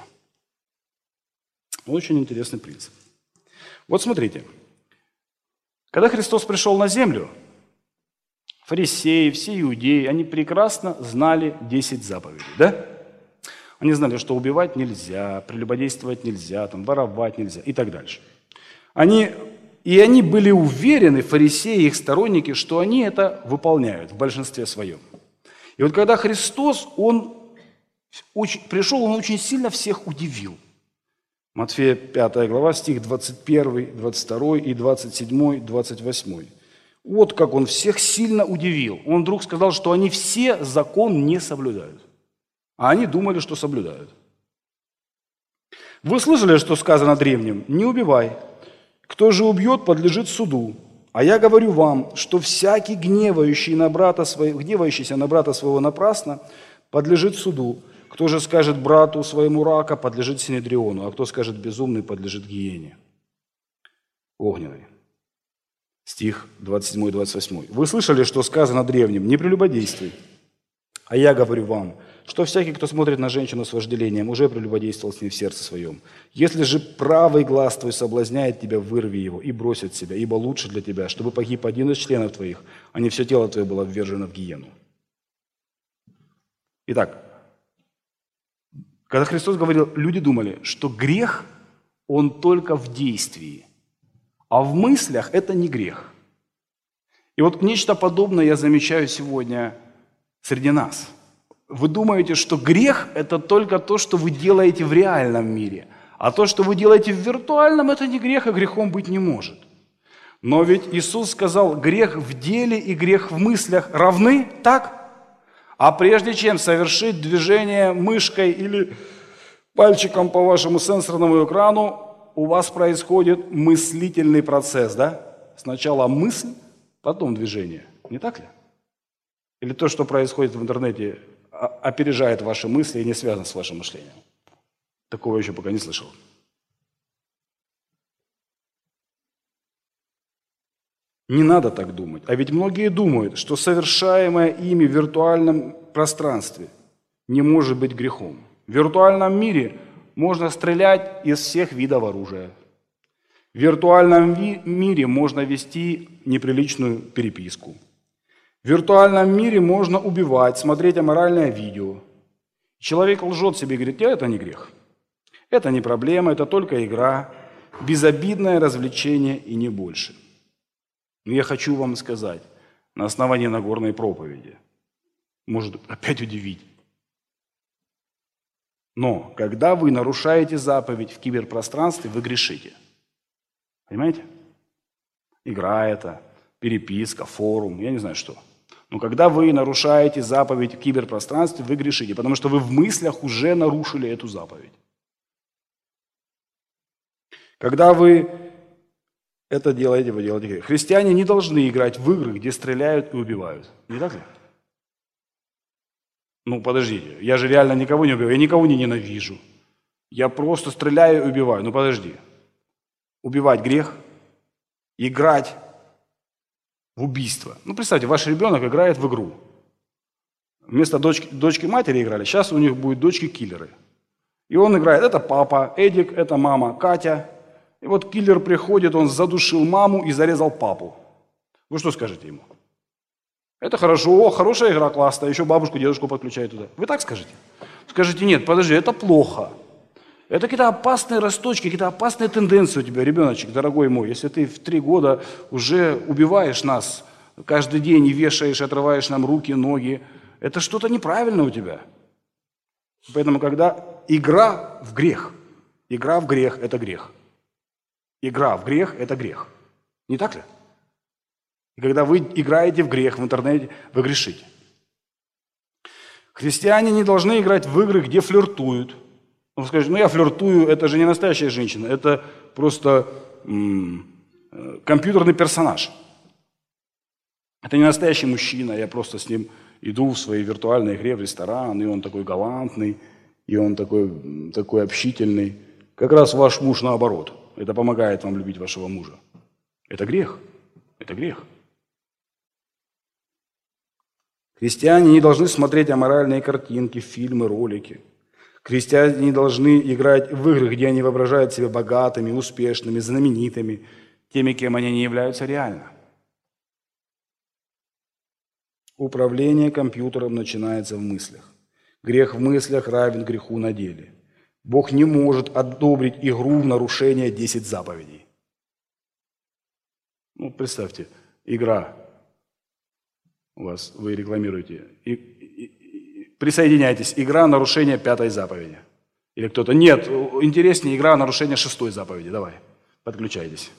Speaker 1: Очень интересный принцип. Вот смотрите. Когда Христос пришел на землю, фарисеи, все иудеи, они прекрасно знали десять заповедей, да? Они знали, что убивать нельзя, прелюбодействовать нельзя, там, воровать нельзя и так дальше. Они, и они были уверены, фарисеи и их сторонники, что они это выполняют в большинстве своем. И вот когда Христос, Он очень, пришел, Он очень сильно всех удивил. Матфея пятая глава, стих двадцать первый, двадцать второй и двадцать седьмой, двадцать восьмой. Вот как Он всех сильно удивил. Он вдруг сказал, что они все закон не соблюдают. А они думали, что соблюдают. Вы слышали, что сказано древним? Не убивай. Кто же убьет, подлежит суду. А я говорю вам, что всякий гневающий на брата своего, гневающийся на брата своего напрасно, подлежит суду. Кто же скажет брату своему рака, подлежит синедриону, а кто скажет безумный, подлежит гиене огненной. Стих двадцать седьмой двадцать восьмой. Вы слышали, что сказано древним? Не прелюбодействуй. А я говорю вам, что всякий, кто смотрит на женщину с вожделением, уже прелюбодействовал с ней в сердце своем. Если же правый глаз твой соблазняет тебя, вырви его и брось от себя, ибо лучше для тебя, чтобы погиб один из членов твоих, а не все тело твое было ввержено в гиену. Итак, когда Христос говорил, люди думали, что грех, он только в действии, а в мыслях это не грех. И вот нечто подобное я замечаю сегодня среди нас. Вы думаете, что грех – это только то, что вы делаете в реальном мире, а то, что вы делаете в виртуальном, это не грех, а грехом быть не может. Но ведь Иисус сказал, грех в деле и грех в мыслях равны, так? А прежде чем совершить движение мышкой или пальчиком по вашему сенсорному экрану, у вас происходит мыслительный процесс, да? Сначала мысль, потом движение. Не так ли? Или то, что происходит в интернете, опережает ваши мысли и не связано с вашим мышлением? Такого я еще пока не слышал. Не надо так думать. А ведь многие думают, что совершаемое ими в виртуальном пространстве не может быть грехом. В виртуальном мире можно стрелять из всех видов оружия. В виртуальном мире можно вести неприличную переписку. В виртуальном мире можно убивать, смотреть аморальное видео. Человек лжет себе и говорит, я это не грех. Это не проблема, это только игра, безобидное развлечение и не больше. Но я хочу вам сказать, на основании Нагорной проповеди, может опять удивить. Но когда вы нарушаете заповедь в киберпространстве, вы грешите. Понимаете? Игра это, переписка, форум, я не знаю что. Но когда вы нарушаете заповедь в киберпространстве, вы грешите, потому что вы в мыслях уже нарушили эту заповедь. Когда вы это делаете, вы делаете грех. Христиане не должны играть в игры, где стреляют и убивают. Не так ли? Ну, подождите, я же реально никого не убиваю, я никого не ненавижу. Я просто стреляю и убиваю. Ну, подожди. Убивать грех, играть в убийство. Ну, представьте, ваш ребенок играет в игру. Вместо дочки, дочки матери играли, сейчас у них будут дочки-киллеры. И он играет, это папа, Эдик, это мама, Катя. И вот киллер приходит, он задушил маму и зарезал папу. Вы что скажете ему? Это хорошо, о, хорошая игра, классная, еще бабушку, дедушку подключают туда. Вы так скажете? Скажите, нет, подожди, это плохо. Это какие-то опасные росточки, какие-то опасные тенденции у тебя, ребеночек, дорогой мой. Если ты в три года уже убиваешь нас каждый день и вешаешь, отрываешь нам руки, ноги, это что-то неправильно у тебя. Поэтому, когда игра в грех, игра в грех – это грех. Игра в грех – это грех. Не так ли? И когда вы играете в грех в интернете, вы грешите. Христиане не должны играть в игры, где флиртуют. Вы скажете, ну я флиртую, это же не настоящая женщина, это просто м- компьютерный персонаж. Это не настоящий мужчина, я просто с ним иду в своей виртуальной игре в ресторан, и он такой галантный, и он такой, такой общительный. Как раз ваш муж наоборот. Это помогает вам любить вашего мужа. Это грех. Это грех. Христиане не должны смотреть аморальные картинки, фильмы, ролики. Христиане не должны играть в игры, где они воображают себя богатыми, успешными, знаменитыми, теми, кем они не являются реально. Управление компьютером начинается в мыслях. Грех в мыслях равен греху на деле. Бог не может одобрить игру в нарушение десяти заповедей. Ну, представьте, игра у вас, вы рекламируете. И, и, и, присоединяйтесь, игра нарушение пятой заповеди. Или кто-то, нет, интереснее игра нарушение шестой заповеди. Давай, подключайтесь.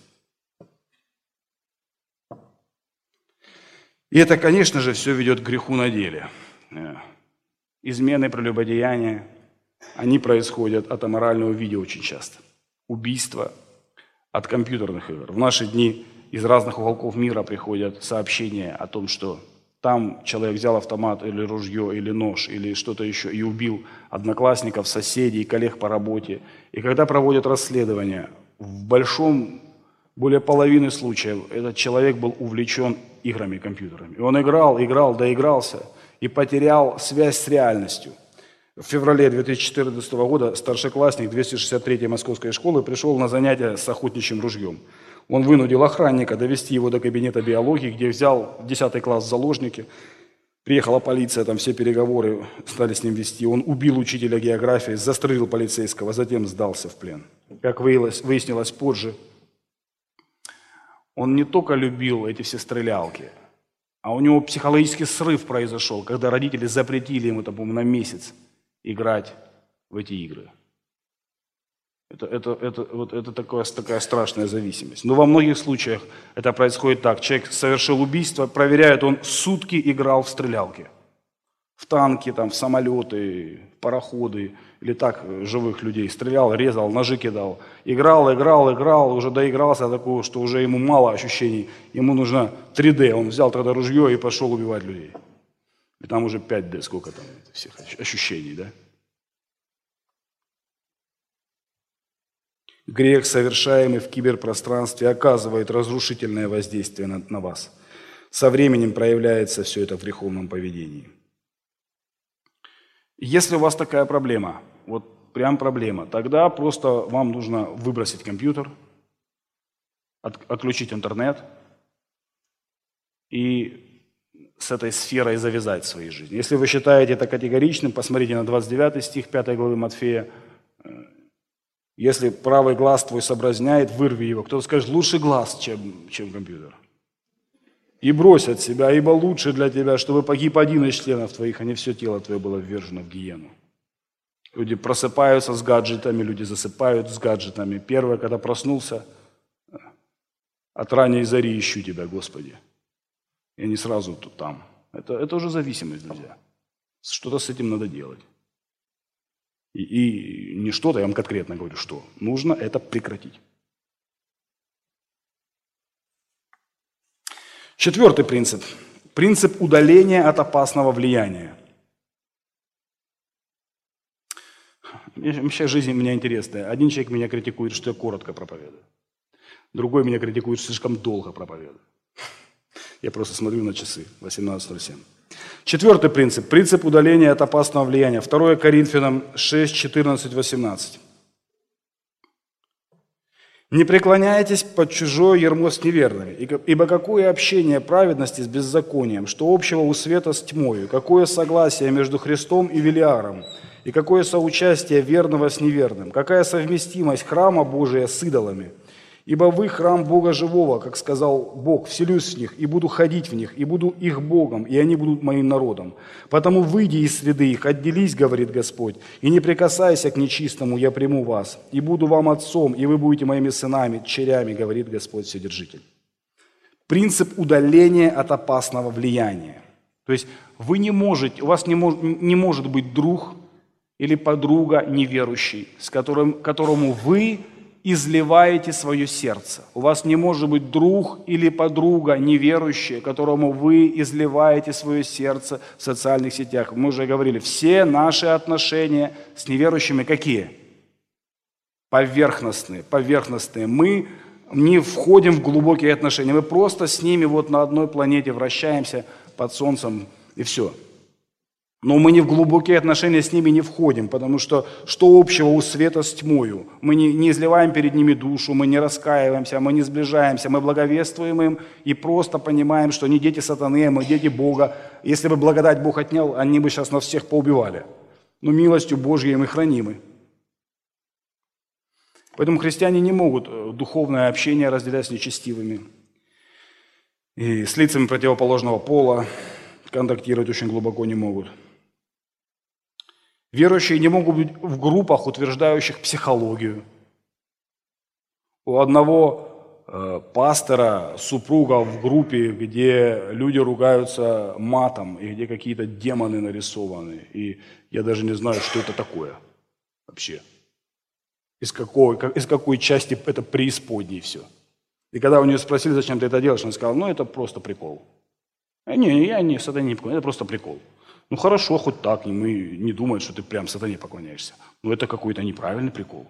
Speaker 1: И это, конечно же, все ведет к греху на деле. Измены, прелюбодеяния, они происходят от аморального вида очень часто. Убийства от компьютерных игр. В наши дни из разных уголков мира приходят сообщения о том, что там человек взял автомат или ружье, или нож, или что-то еще, и убил одноклассников, соседей, коллег по работе. И когда проводят расследование, в большом, более половины случаев этот человек был увлечен играми компьютерами. И он играл, играл, доигрался и потерял связь с реальностью. В феврале две тысячи четырнадцатого года старшеклассник двести шестьдесят третьей Московской школы пришел на занятия с охотничьим ружьем. Он вынудил охранника довести его до кабинета биологии, где взял десятый класс в заложники. Приехала полиция, там все переговоры стали с ним вести. Он убил учителя географии, застрелил полицейского, затем сдался в плен. Как выяснилось, выяснилось позже, он не только любил эти все стрелялки, а у него психологический срыв произошел, когда родители запретили ему, по-моему, на месяц играть в эти игры. Это, это, это, вот это такая, такая страшная зависимость. Но во многих случаях это происходит так. Человек совершил убийство, проверяет, он сутки играл в стрелялки. В танки, там, в самолеты, в пароходы, или так живых людей. Стрелял, резал, ножи кидал. Играл, играл, играл, уже доигрался до такого, что уже ему мало ощущений. Ему нужно три дэ. Он взял тогда ружье и пошел убивать людей. И там уже пять дэ, сколько там всех ощущений, да? Грех, совершаемый в киберпространстве, оказывает разрушительное воздействие на, на вас. Со временем проявляется все это в греховном поведении. Если у вас такая проблема, вот прям проблема, тогда просто вам нужно выбросить компьютер, от, отключить интернет и с этой сферой завязать в своей жизни. Если вы считаете это категоричным, посмотрите на двадцать девятый стих пятой главы Матфея. Если правый глаз твой соблазняет, вырви его. Кто-то скажет, лучше глаз, чем, чем компьютер. И брось от себя, ибо лучше для тебя, чтобы погиб один из членов твоих, а не все тело твое было ввержено в гиену. Люди просыпаются с гаджетами, люди засыпают с гаджетами. Первое, когда проснулся, от ранней зари ищу тебя, Господи. И не сразу тут там. Это, это уже зависимость, друзья. Что-то с этим надо делать. И, и не что-то, я вам конкретно говорю, что нужно это прекратить. Четвертый принцип. Принцип удаления от опасного влияния. Вообще жизнь у меня интересная. Один человек меня критикует, что я коротко проповедую. Другой меня критикует, что слишком долго проповедую. Я просто смотрю на часы. восемнадцать ноль семь. Четвертый принцип. Принцип удаления от опасного влияния. второе Коринфянам шесть, четырнадцать, восемнадцать. «Не преклоняйтесь под чужое ярмо с неверными, ибо какое общение праведности с беззаконием, что общего у света с тьмою, какое согласие между Христом и Велиаром, и какое соучастие верного с неверным, какая совместимость храма Божия с идолами. Ибо вы храм Бога живого, как сказал Бог, вселюсь в них, и буду ходить в них, и буду их Богом, и они будут моим народом. Потому выйди из среды их, отделись, говорит Господь, и не прикасайся к нечистому, я приму вас, и буду вам отцом, и вы будете моими сынами, дочерями, говорит Господь Вседержитель». Принцип удаления от опасного влияния. То есть вы не можете, у вас не, мож, не может быть друг или подруга неверующий, с которым, которому вы изливаете свое сердце. У вас не может быть друг или подруга неверующая, которому вы изливаете свое сердце в социальных сетях. Мы уже говорили, все наши отношения с неверующими какие? Поверхностные, поверхностные. Мы не входим в глубокие отношения, мы просто с ними вот на одной планете вращаемся под солнцем и все. Но мы не в глубокие отношения с ними не входим, потому что что общего у света с тьмою? Мы не, не изливаем перед ними душу, мы не раскаиваемся, мы не сближаемся, мы благовествуем им и просто понимаем, что они дети сатаны, а мы дети Бога. Если бы благодать Бог отнял, они бы сейчас нас всех поубивали. Но милостью Божьей мы хранимы. Поэтому христиане не могут духовное общение разделять с нечестивыми. И с лицами противоположного пола контактировать очень глубоко не могут. Верующие не могут быть в группах, утверждающих психологию. У одного э, пастора, супруга в группе, где люди ругаются матом, и где какие-то демоны нарисованы. И я даже не знаю, что это такое вообще. Из какой, из какой части это преисподней все. И когда у нее спросили, зачем ты это делаешь, она сказала, ну это просто прикол. А не, я не сатане не поклоняюсь, это просто прикол. Ну хорошо, хоть так, и мы не думаем, что ты прям сатане поклоняешься. Но это какой-то неправильный прикол.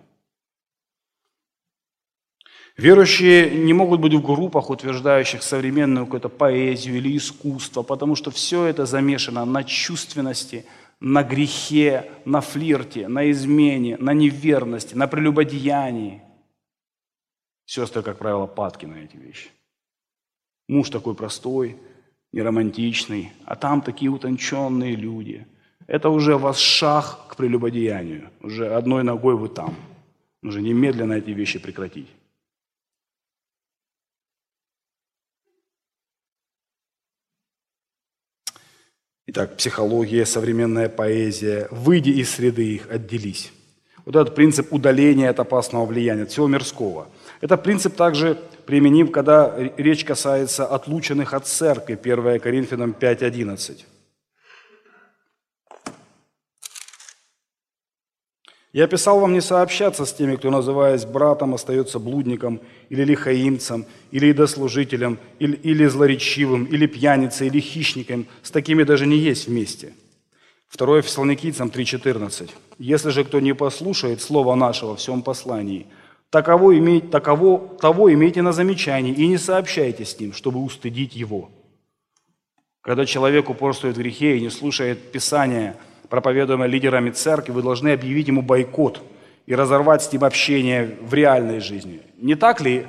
Speaker 1: Верующие не могут быть в группах, утверждающих современную какую-то поэзию или искусство, потому что все это замешано на чувственности, на грехе, на флирте, на измене, на неверности, на прелюбодеянии. Сестры, как правило, падки на эти вещи. Муж такой простой, неромантичный, а там такие утонченные люди. Это уже вас шаг к прелюбодеянию. Уже одной ногой вы там. Нужно немедленно эти вещи прекратить. Итак, психология, современная поэзия. Выйди из среды их, отделись. Вот этот принцип удаления от опасного влияния, от всего мирского. Это принцип также применим, когда речь касается отлученных от церкви, первое Коринфянам пять одиннадцать. «Я писал вам не сообщаться с теми, кто, называясь братом, остается блудником, или лихаимцем, или идослужителем, или, или злоречивым, или пьяницей, или хищником. С такими даже не есть вместе». второе Фессалоникийцам три четырнадцать. «Если же кто не послушает слова нашего в всем послании, таково имей, таково, того имейте на замечании и не сообщайте с ним, чтобы устыдить его». Когда человек упорствует в грехе и не слушает Писания, проповедуемое лидерами церкви, вы должны объявить ему бойкот и разорвать с ним общение в реальной жизни. Не так ли?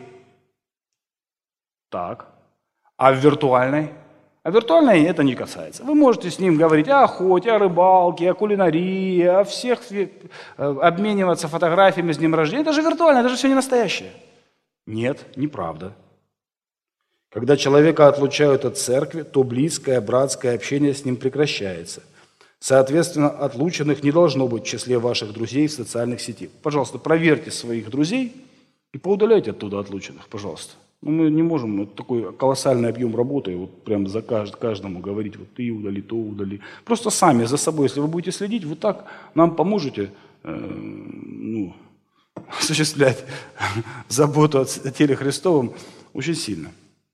Speaker 1: Так. А в виртуальной? А виртуальной это не касается. Вы можете с ним говорить о охоте, о рыбалке, о кулинарии, о всех, обмениваться фотографиями с днем рождения. Это же виртуально, это же все не настоящее. Нет, неправда. Когда человека отлучают от церкви, то близкое, братское общение с ним прекращается. Соответственно, отлученных не должно быть в числе ваших друзей в социальных сетях. Пожалуйста, проверьте своих друзей и поудаляйте оттуда отлученных, пожалуйста. Ну, мы не можем, это такой колоссальный объем работы, и вот прям за кажд, каждому говорить, вот ты удали, то удали. Просто сами за собой, если вы будете следить, вы так нам поможете э, ну, осуществлять заботу о теле Христовом очень сильно.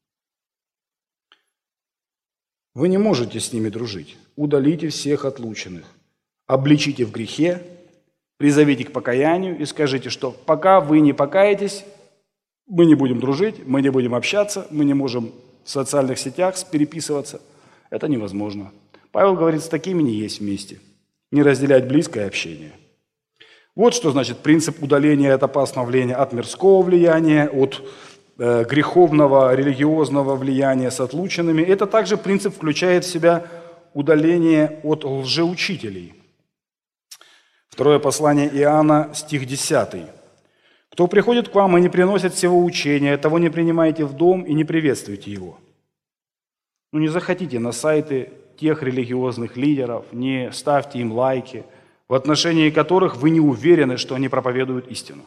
Speaker 1: Вы не можете с ними дружить. Удалите всех отлученных. Обличите в грехе, призовите к покаянию и скажите, что пока вы не покаетесь, мы не будем дружить, мы не будем общаться, мы не можем в социальных сетях переписываться. Это невозможно. Павел говорит, с такими не есть вместе. Не разделять близкое общение. Вот что значит принцип удаления от опасного влияния, от мирского влияния, от э, греховного, религиозного влияния с отлученными. Это также принцип включает в себя удаление от лжеучителей. Второе послание Иоанна, стих десятый. «Кто приходит к вам и не приносит всего учения, того не принимайте в дом и не приветствуйте его». Ну не заходите на сайты тех религиозных лидеров, не ставьте им лайки, в отношении которых вы не уверены, что они проповедуют истину.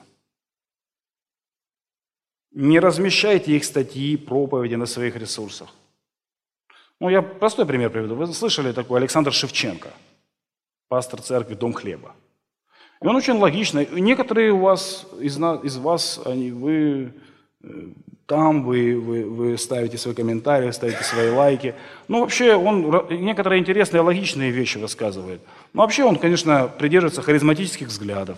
Speaker 1: Не размещайте их статьи, проповеди на своих ресурсах. Ну, я простой пример приведу. Вы слышали такой Александр Шевченко, пастор церкви «Дом хлеба». И он очень логичный. Некоторые у вас, из, нас, из вас, они, вы там, вы, вы, вы ставите свои комментарии, ставите свои лайки. Ну, вообще, он некоторые интересные, логичные вещи высказывает. Но вообще, он, конечно, придерживается харизматических взглядов.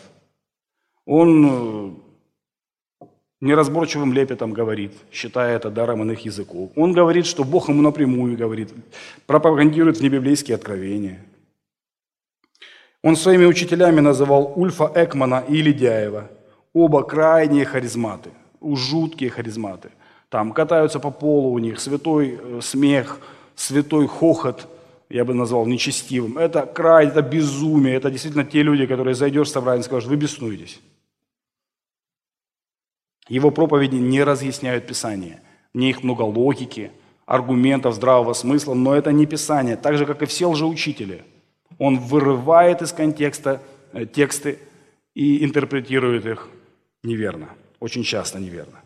Speaker 1: Он неразборчивым лепетом говорит, считая это даром иных языков. Он говорит, что Бог ему напрямую говорит, пропагандирует внебиблейские откровения. Он своими учителями называл Ульфа Экмана и Ледяева. Оба крайние харизматы, жуткие харизматы. Там катаются по полу у них, святой смех, святой хохот, я бы назвал нечестивым. Это край, это безумие, это действительно те люди, которые зайдешь в собрание и скажут: вы беснуетесь. Его проповеди не разъясняют Писание. В них много логики, аргументов, здравого смысла, но это не Писание, так же, как и все лжеучители. Он вырывает из контекста тексты и интерпретирует их неверно, очень часто неверно.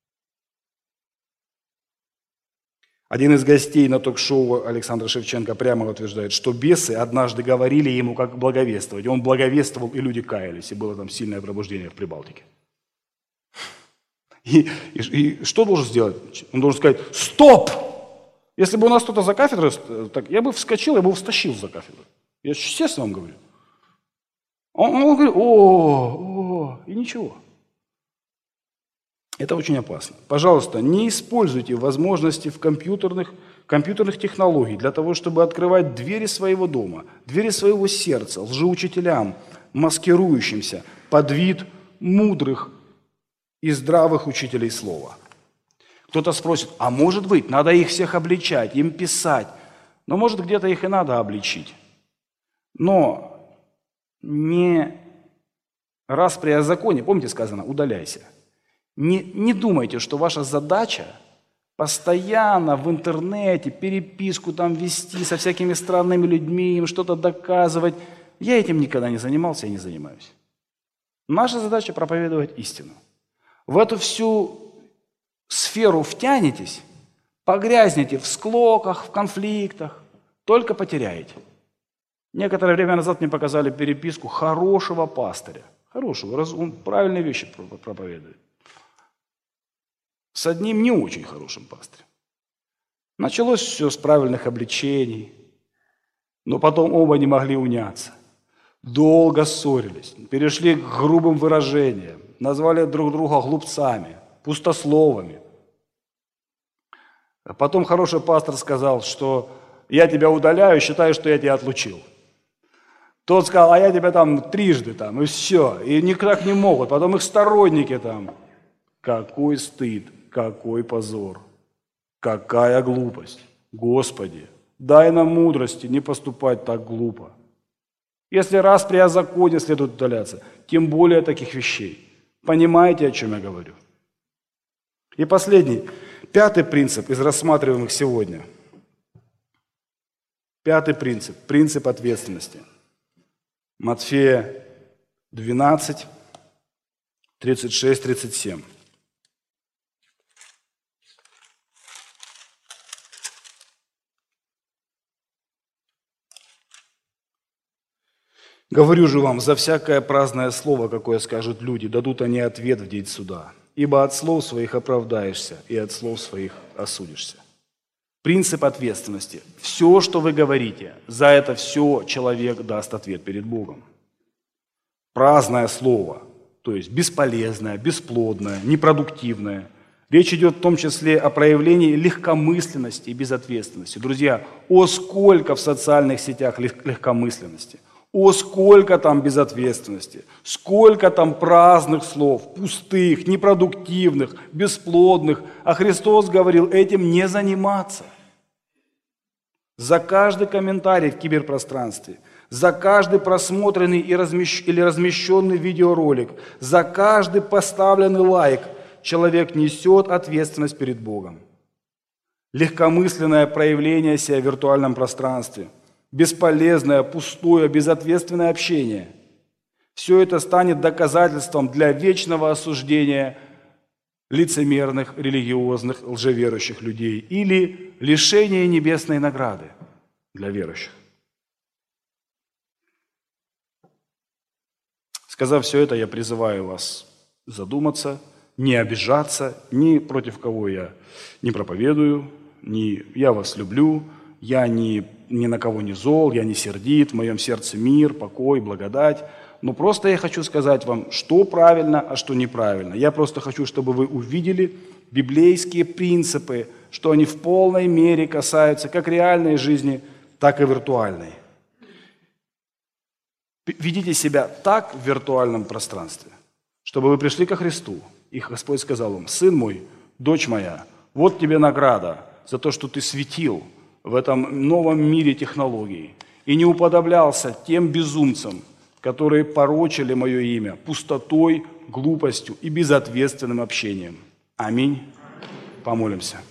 Speaker 1: Один из гостей на ток-шоу Александра Шевченко прямо утверждает, что бесы однажды говорили ему, как благовествовать. И он благовествовал, и люди каялись, и было там сильное пробуждение в Прибалтике. И, и, и что должен сделать? Он должен сказать: стоп! Если бы у нас кто-то за кафедрой, так я бы вскочил, я бы его втащил за кафедру. Я честно вам говорю. Он, он говорит: о, о, и ничего. Это очень опасно. Пожалуйста, не используйте возможности в компьютерных, компьютерных технологий для того, чтобы открывать двери своего дома, двери своего сердца лжеучителям, маскирующимся под вид мудрых и здравых учителей слова. Кто-то спросит: а может быть, надо их всех обличать, им писать? Но может где-то их и надо обличить. Но не распри о законе, помните сказано, удаляйся. Не, не думайте, что ваша задача постоянно в интернете переписку там вести со всякими странными людьми, им что-то доказывать. Я этим никогда не занимался и не занимаюсь. Наша задача проповедовать истину. В эту всю сферу втянетесь, погрязнете в склоках, в конфликтах, только потеряете. Некоторое время назад мне показали переписку хорошего пастыря. Хорошего, он правильные вещи проповедует. С одним не очень хорошим пастырем. Началось все с правильных обличений, но потом оба не могли уняться. Долго ссорились, перешли к грубым выражениям, назвали друг друга глупцами, пустословами. А потом хороший пастор сказал, что я тебя удаляю, считаю, что я тебя отлучил. Тот сказал: а я тебя там трижды, там, и все. И никак не могут. Потом их сторонники там. Какой стыд, какой позор, какая глупость. Господи, дай нам мудрости не поступать так глупо. Если распри о законе следует удаляться, тем более таких вещей. Понимаете, о чем я говорю? И последний, пятый принцип из рассматриваемых сегодня. Пятый принцип, принцип ответственности. Матфея двенадцать, тридцать шесть, тридцать семь. «Говорю же вам, за всякое праздное слово, какое скажут люди, дадут они ответ в день суда. Ибо от слов своих оправдаешься, и от слов своих осудишься». Принцип ответственности. Все, что вы говорите, за это все человек даст ответ перед Богом. Праздное слово, то есть бесполезное, бесплодное, непродуктивное. Речь идет в том числе о проявлении легкомысленности и безответственности. Друзья, о сколько в социальных сетях легкомысленности, о сколько там безответственности, сколько там праздных слов, пустых, непродуктивных, бесплодных. А Христос говорил этим не заниматься. За каждый комментарий в киберпространстве, за каждый просмотренный и размещ... или размещенный видеоролик, за каждый поставленный лайк человек несет ответственность перед Богом. Легкомысленное проявление себя в виртуальном пространстве, бесполезное, пустое, безответственное общение – все это станет доказательством для вечного осуждения лицемерных, религиозных, лжеверующих людей или лишения небесной награды для верующих. Сказав все это, я призываю вас задуматься, не обижаться, ни против кого я не проповедую, ни я вас люблю, я ни, ни на кого не зол, я не сердит, в моем сердце мир, покой, благодать. Но просто я хочу сказать вам, что правильно, а что неправильно. Я просто хочу, чтобы вы увидели библейские принципы, что они в полной мере касаются как реальной жизни, так и виртуальной. Ведите себя так в виртуальном пространстве, чтобы вы пришли ко Христу, и Господь сказал вам: «Сын мой, дочь моя, вот тебе награда за то, что ты светил в этом новом мире технологий и не уподоблялся тем безумцам, которые порочили мое имя пустотой, глупостью и безответственным общением». Аминь. Помолимся.